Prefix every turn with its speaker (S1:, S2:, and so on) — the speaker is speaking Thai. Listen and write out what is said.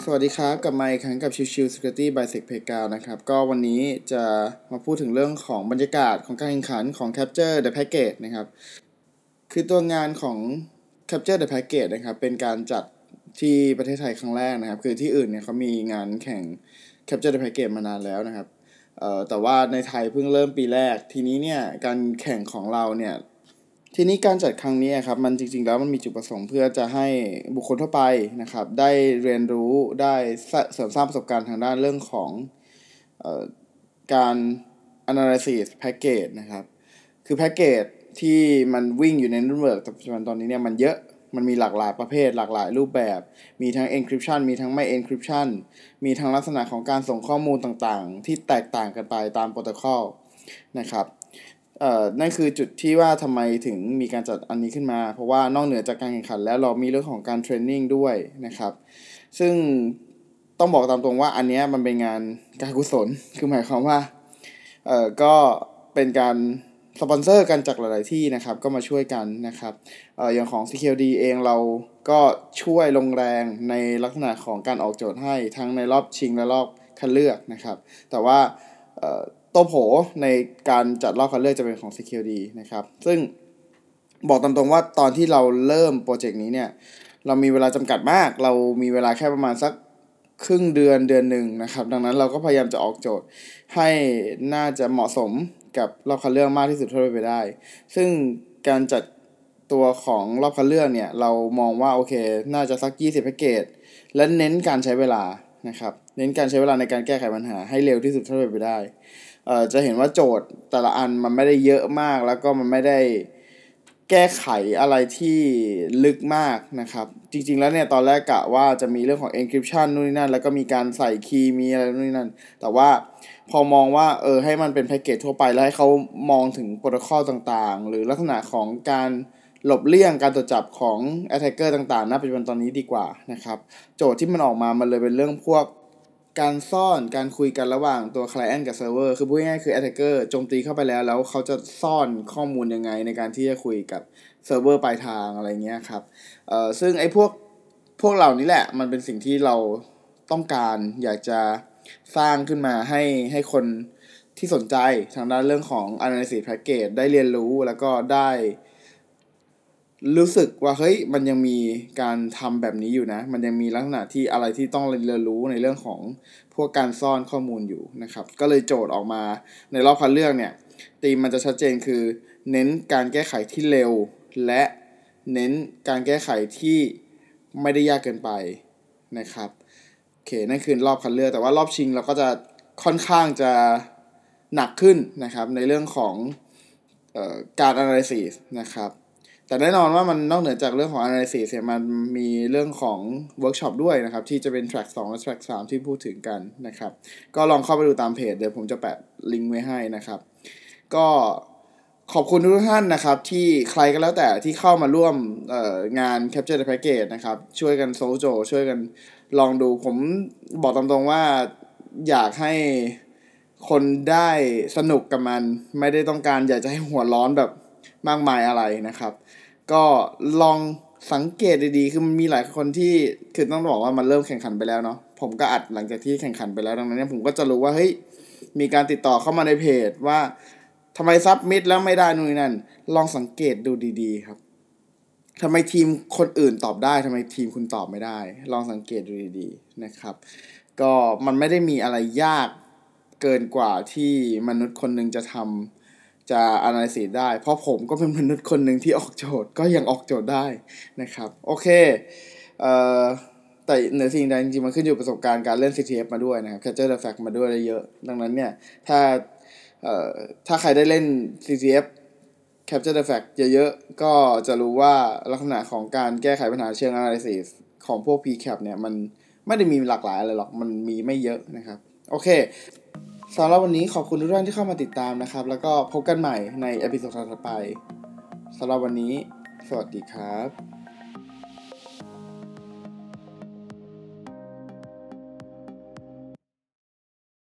S1: สวัสดีครับกลับมาอีกครั้งกับชิวๆ Security by Sec Playground นะครับก็วันนี้จะมาพูดถึงเรื่องของบรรยากาศของการแข่งขันของ Capture the Package นะครับคือตัวงานของ Capture the Package นะครับเป็นการจัดที่ประเทศไทยครั้งแรกนะครับคือที่อื่นเนี่ยเขามีงานแข่ง Capture the Package มานานแล้วนะครับแต่ว่าในไทยเพิ่งเริ่มปีแรกทีนี้เนี่ยการแข่งของเราเนี่ยทีนี้การจัดครั้งนี้ครับมันจริงๆแล้วมันมีจุดประสงค์เพื่อจะให้บุคคลทั่วไปนะครับได้เรียนรู้ได้เสริมสร้างประสบการณ์ทางด้านเรื่องของการ analysis package นะครับคือแพ็กเกจที่มันวิ่งอยู่ในเน็ตเวิร์กแต่ปัจจุบันตอนนี้เนี่ยมันเยอะมันมีหลากหลายประเภทหลากหลายรูปแบบมีทั้ง encryption มีทั้งไม่ encryption มีทั้งลักษณะของการส่งข้อมูลต่างๆที่แตกต่างกันไปตามโปรโตคอลนะครับนั่นคือจุดที่ว่าทำไมถึงมีการจัดอันนี้ขึ้นมาเพราะว่านอกเหนือจากการแข่งขันแล้วเรามีเรื่องของการเทรนนิ่งด้วยนะครับซึ่งต้องบอกตามตรงว่าอันนี้มันเป็นงานการกุศลคือหมายความว่าก็เป็นการสปอนเซอร์กันจากหลายๆที่นะครับก็มาช่วยกันนะครับอย่างของ CKD เองเราก็ช่วยลงแรงในลักษณะของการออกโจทย์ให้ทั้งในรอบชิงและรอบคัดเลือกนะครับแต่ว่าโต้โผในการจัดรอบคัดเลือกจะเป็นของ CKD นะครับซึ่งบอกตามตรงว่าตอนที่เราเริ่มโปรเจกต์นี้เนี่ยเรามีเวลาจำกัดมากเรามีเวลาแค่ประมาณสักครึ่งเดือนหนึ่งนะครับดังนั้นเราก็พยายามจะออกโจทย์ให้น่าจะเหมาะสมกับรอบคัดเลือกมากที่สุดเท่าที่ไปได้ซึ่งการจัดตัวของรอบคัดเลือกเนี่ยเรามองว่าโอเคน่าจะสัก20แพ็กเกจและเน้นการใช้เวลานะครับเน้นการใช้เวลาในการแก้ไขปัญหาให้เร็วที่สุดเท่าที่ไปได้จะเห็นว่าโจทย์แต่ละอันมันไม่ได้เยอะมากแล้วก็มันไม่ได้แก้ไขอะไรที่ลึกมากนะครับจริงๆแล้วเนี่ยตอนแรกกะว่าจะมีเรื่องของ encryption นู่นนี่นั่นแล้วก็มีการใส่คีย์มีอะไรนู่นนี่นั่นแต่ว่าพอมองว่าให้มันเป็นแพ็กเกจทั่วไปแล้วให้เขามองถึงโปรโตคอลต่างๆหรือลักษณะของการหลบเลี่ยงการตรวจจับของ attacker ต่างๆณปัจจุบันตอนนี้ดีกว่านะครับโจทย์ที่มันออกมามันเลยเป็นเรื่องพวกการซ่อนการคุยกันระหว่างตัว client กับ server คือพูดง่ายๆคือ attacker โจมตีเข้าไปแล้วเขาจะซ่อนข้อมูลยังไงในการที่จะคุยกับ server ปลายทางอะไรเงี้ยครับซึ่งไอ้พวกเหล่านี้แหละมันเป็นสิ่งที่เราต้องการอยากจะสร้างขึ้นมาให้คนที่สนใจทางด้านเรื่องของ analysis package ได้เรียนรู้แล้วก็ได้รู้สึกว่าเฮ้ยมันยังมีการทำแบบนี้อยู่นะมันยังมีลักษณะที่อะไรที่ต้องเรียนรู้ในเรื่องของพวกการซ่อนข้อมูลอยู่นะครับก็เลยโจทย์ออกมาในรอบคัดเลือกเนี่ยธีมมันจะชัดเจนคือเน้นการแก้ไขที่เร็วและเน้นการแก้ไขที่ไม่ได้ยากเกินไปนะครับโอเคนั่นคือรอบคัดเลือกแต่ว่ารอบชิงเราก็จะค่อนข้างจะหนักขึ้นนะครับในเรื่องของการ analysis นะครับแต่แน่นอนว่ามันนอกเหนือจากเรื่องของ analysis เนี่ยมันมีเรื่องของ workshop ด้วยนะครับที่จะเป็น track 2 และ track 3 ที่พูดถึงกันนะครับก็ลองเข้าไปดูตามเพจเดี๋ยวผมจะแปะลิงก์ไว้ให้นะครับก็ขอบคุณทุกท่านนะครับที่ใครก็แล้วแต่ที่เข้ามาร่วมงาน Capture the Package นะครับช่วยกันโซโจช่วยกันลองดูผมบอกตามตรงว่าอยากให้คนได้สนุกกับมันไม่ได้ต้องการอยากจะให้หัวร้อนแบบมากมายอะไรนะครับก็ลองสังเกตดีๆคือมันมีหลายคนที่คือต้องบอกว่ามันเริ่มแข่งขันไปแล้วเนาะผมก็อัดหลังจากที่แข่งขันไปแล้วดังนั้นเนี่ยผมก็จะรู้ว่าเฮ้ยมีการติดต่อเข้ามาในเพจว่าทำไมซับมิดแล้วไม่ได้นู่นนั่นลองสังเกตดูดีๆครับทำไมทีมคนอื่นตอบได้ทำไมทีมคุณตอบไม่ได้ลองสังเกตดูดีๆนะครับก็มันไม่ได้มีอะไรยากเกินกว่าที่มนุษย์คนหนึ่งจะทำจะ analysis ได้เพราะผมก็เป็นมนุษย์คนหนึ่งที่ออกโจทย์ก็ยังออกโจทย์ได้นะครับโอเคเอ่อแต่เหนือสิ่งใดจริงๆมันขึ้นอยู่ประสบการณ์การเล่น CTF มาด้วยนะครับ Capture the Fact มาด้วยเยอะดังนั้นเนี่ยถ้าถ้าใครได้เล่น CTF Capture the Fact เยอะๆก็จะรู้ว่าลักษณะของการแก้ไขปัญหาเชิง analysis ของพวก PCAP เนี่ยมันไม่ได้มีหลากหลายอะไรหรอกมันมีไม่เยอะนะครับโอเคสำหรับวันนี้ขอบคุณทุกท่านที่เข้ามาติดตามนะครับแล้วก็พบกันใหม่ในเอพิโซดถัดไปสำหรับวันนี้สวัสดีครับ